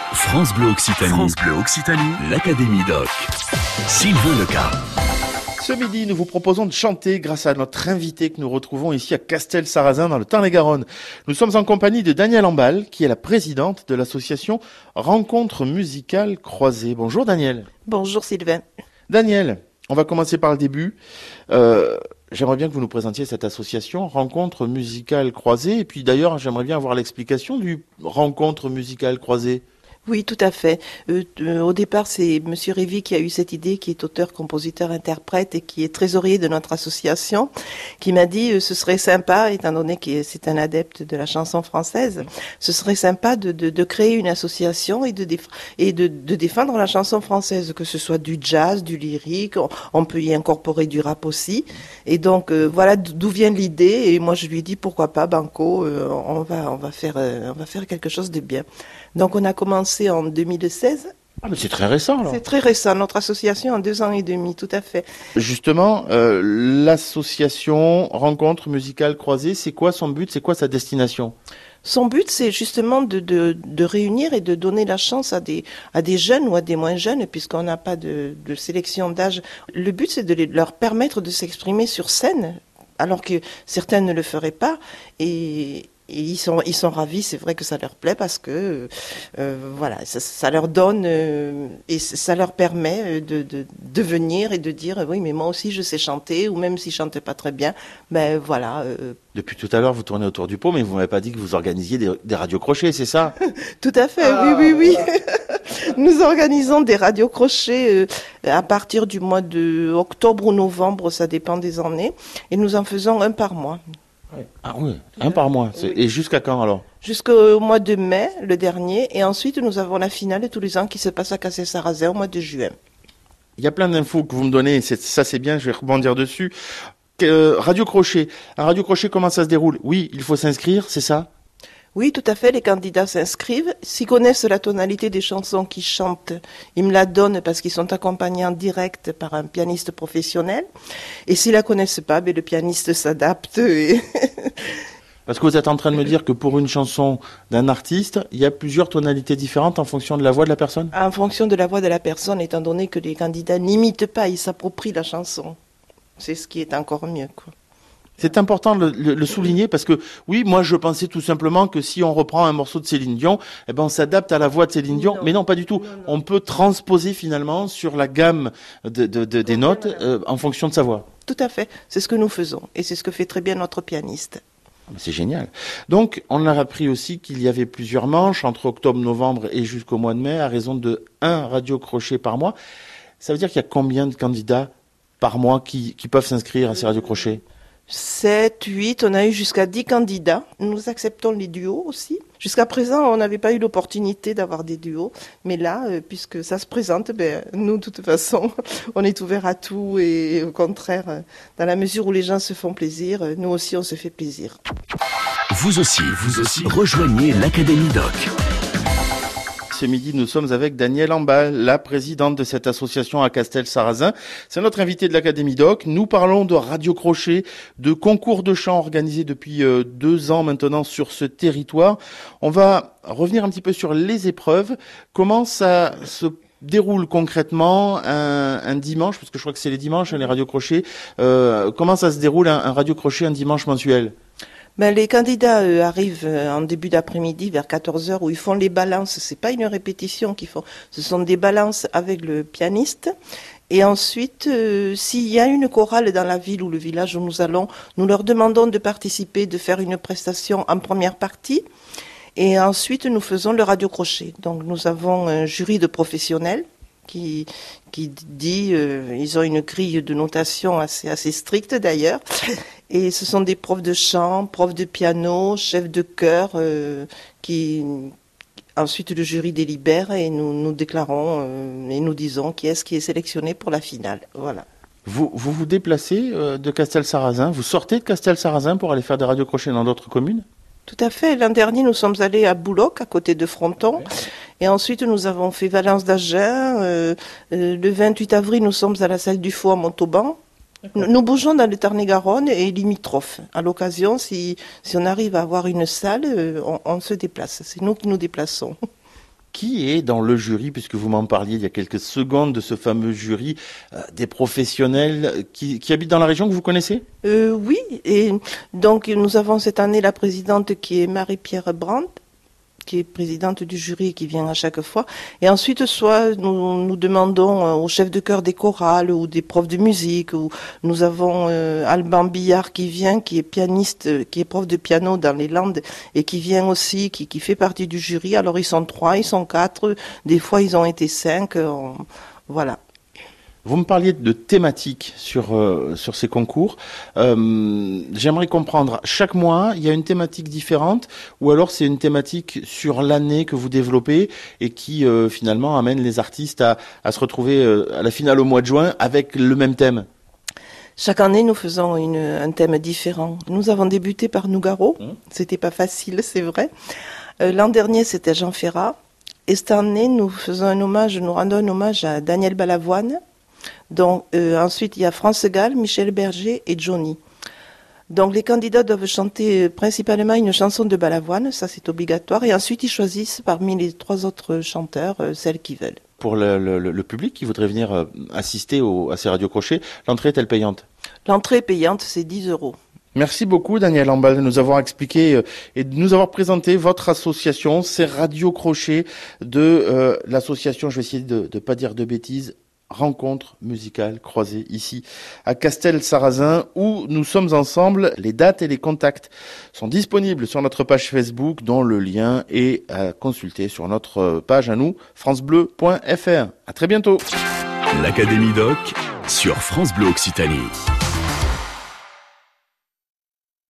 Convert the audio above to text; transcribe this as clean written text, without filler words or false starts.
France Bleu Occitanie. France Bleu Occitanie. L'Académie Doc. Sylvain Leca. Ce midi, nous vous proposons de chanter grâce à notre invité que nous retrouvons ici à Castel-Sarrazin dans le Tarn-et-Garonne. Nous sommes en compagnie de Danielle Ambal, qui est la présidente de l'association Rencontres musicales croisées. Bonjour Danielle. Bonjour Sylvain. Danielle, on va commencer par le début. J'aimerais bien que vous nous présentiez cette association Rencontres musicales croisées. Et puis d'ailleurs, j'aimerais bien avoir l'explication du Rencontres musicales croisées. Oui, tout à fait. Au départ, c'est Monsieur Révy qui a eu cette idée, qui est auteur, compositeur, interprète et qui est trésorier de notre association, qui m'a dit ce serait sympa, étant donné que c'est un adepte de la chanson française, ce serait sympa de créer une association et de défendre la chanson française, que ce soit du jazz, du lyrique, on peut y incorporer du rap aussi. Et donc voilà d'où vient l'idée. Et moi je lui ai dit pourquoi pas, Banco, on va faire quelque chose de bien. Donc on a commencé en 2016. Ah mais c'est très récent alors. C'est très récent, notre association en 2 ans et demi, tout à fait. Justement, l'association Rencontres musicales croisées, c'est quoi son but, c'est quoi sa destination ? Son but, c'est justement de réunir et de donner la chance à des jeunes ou à des moins jeunes, puisqu'on n'a pas de sélection d'âge. Le but, c'est de leur permettre de s'exprimer sur scène, alors que certains ne le feraient pas. Et ils sont ravis, c'est vrai que ça leur plaît parce que voilà, ça leur donne et ça leur permet de venir et de dire oui mais moi aussi je sais chanter, ou même si je chantais pas très bien, ben voilà. Depuis tout à l'heure vous tournez autour du pot, mais vous m'avez pas dit que vous organisiez des radios crochets, c'est ça ? Tout à fait, oui. Nous organisons des radios crochets à partir du mois de octobre ou novembre, ça dépend des années, et nous en faisons un par mois. Ah oui, un par mois. Oui. Et jusqu'à quand alors ? Jusqu'au mois de mai, le dernier. Et ensuite, nous avons la finale tous les ans qui se passe à Castel-Sarrazin au mois de juin. Il y a plein d'infos que vous me donnez. Ça, c'est bien, je vais rebondir dessus. Radio crochet. Un radio crochet, comment ça se déroule ? Oui, il faut s'inscrire, c'est ça ? Oui, tout à fait, les candidats s'inscrivent. S'ils connaissent la tonalité des chansons qu'ils chantent, ils me la donnent parce qu'ils sont accompagnés en direct par un pianiste professionnel. Et s'ils la connaissent pas, le pianiste s'adapte. Parce que vous êtes en train de me dire que pour une chanson d'un artiste, il y a plusieurs tonalités différentes en fonction de la voix de la personne ? En fonction de la voix de la personne, étant donné que les candidats n'imitent pas, ils s'approprient la chanson. C'est ce qui est encore mieux, quoi. C'est important de le souligner parce que, oui, moi je pensais tout simplement que si on reprend un morceau de Céline Dion, eh ben on s'adapte à la voix de Céline Dion. Non. Mais non, pas du tout. Non. On peut transposer finalement sur la gamme des notes en fonction de sa voix. Tout à fait. C'est ce que nous faisons. Et c'est ce que fait très bien notre pianiste. C'est génial. Donc, on a appris aussi qu'il y avait plusieurs manches entre octobre, novembre et jusqu'au mois de mai à raison de 1 radio crochet par mois. Ça veut dire qu'il y a combien de candidats par mois qui peuvent s'inscrire à ces radio crochets ? 7, 8, on a eu jusqu'à 10 candidats. Nous acceptons les duos aussi. Jusqu'à présent, on n'avait pas eu l'opportunité d'avoir des duos. Mais là, puisque ça se présente, nous, de toute façon, on est ouvert à tout. Et au contraire, dans la mesure où les gens se font plaisir, nous aussi, on se fait plaisir. Vous aussi, rejoignez l'Académie Doc. Ce midi, nous sommes avec Danielle Ambal, la présidente de cette association à Castel-Sarrazin. C'est notre invité de l'Académie Doc. Nous parlons de radio crochet, de concours de chant organisés depuis 2 ans maintenant sur ce territoire. On va revenir un petit peu sur les épreuves. Comment ça se déroule concrètement un dimanche, parce que je crois que c'est les dimanches, les radio crochets. Comment ça se déroule un radio crochet un dimanche mensuel ? Les candidats arrivent en début d'après-midi vers 14h où ils font les balances. C'est pas une répétition qu'ils font, ce sont des balances avec le pianiste. Et ensuite, s'il y a une chorale dans la ville ou le village où nous allons, nous leur demandons de participer, de faire une prestation en première partie. Et ensuite, nous faisons le radio crochet. Donc nous avons un jury de professionnels qui dit, ils ont une grille de notation assez stricte d'ailleurs, et ce sont des profs de chant, profs de piano, chefs de chœur, qui ensuite le jury délibère et nous déclarons et nous disons qui est sélectionné pour la finale. Voilà. Vous déplacez de Castel-Sarrazin, vous sortez de Castel-Sarrazin pour aller faire des radio crochets dans d'autres communes ? Tout à fait. L'an dernier, nous sommes allés à Bouloc, à côté de Fronton. Ouais. Et ensuite, nous avons fait Valence d'Agen. Le 28 avril, nous sommes à la salle du Faux à Montauban. Nous bougeons dans le Tarn-et-Garonne et limitrophes. À l'occasion, si on arrive à avoir une salle, on se déplace. C'est nous qui nous déplaçons. Qui est dans le jury, puisque vous m'en parliez il y a quelques secondes de ce fameux jury, des professionnels qui habitent dans la région que vous connaissez ? Oui, et donc nous avons cette année la présidente qui est Marie-Pierre Brandt, qui est présidente du jury et qui vient à chaque fois. Et ensuite, soit nous demandons aux chefs de chœur des chorales ou des profs de musique, ou nous avons Alban Billard qui vient, qui est pianiste, qui est prof de piano dans les Landes et qui vient aussi, qui fait partie du jury. Alors ils sont 3, ils sont 4, des fois ils ont été 5, voilà. Vous me parliez de thématiques sur ces concours. J'aimerais comprendre, chaque mois, il y a une thématique différente ou alors c'est une thématique sur l'année que vous développez et qui finalement amène les artistes à se retrouver à la finale au mois de juin avec le même thème ? Chaque année, nous faisons un thème différent. Nous avons débuté par Nougaro. C'était pas facile, c'est vrai. L'an dernier, c'était Jean Ferrat. Et cette année, nous rendons un hommage à Daniel Balavoine. Donc, ensuite, il y a France Gall, Michel Berger et Johnny. Donc, les candidats doivent chanter principalement une chanson de Balavoine, ça c'est obligatoire, et ensuite ils choisissent parmi les 3 autres chanteurs celles qu'ils veulent. Pour le public qui voudrait venir assister à ces radios crochets, l'entrée est-elle payante ? L'entrée payante, c'est 10 €. Merci beaucoup Daniel Lamballe de nous avoir expliqué et de nous avoir présenté votre association, ces radios crochets de l'association, je vais essayer de pas dire de bêtises, rencontre musicale croisée ici à Castel-Sarrazin où nous sommes ensemble. Les dates et les contacts sont disponibles sur notre page Facebook dont le lien est à consulter sur notre page à nous, francebleu.fr. À très bientôt. L'Académie Doc sur France Bleu Occitanie.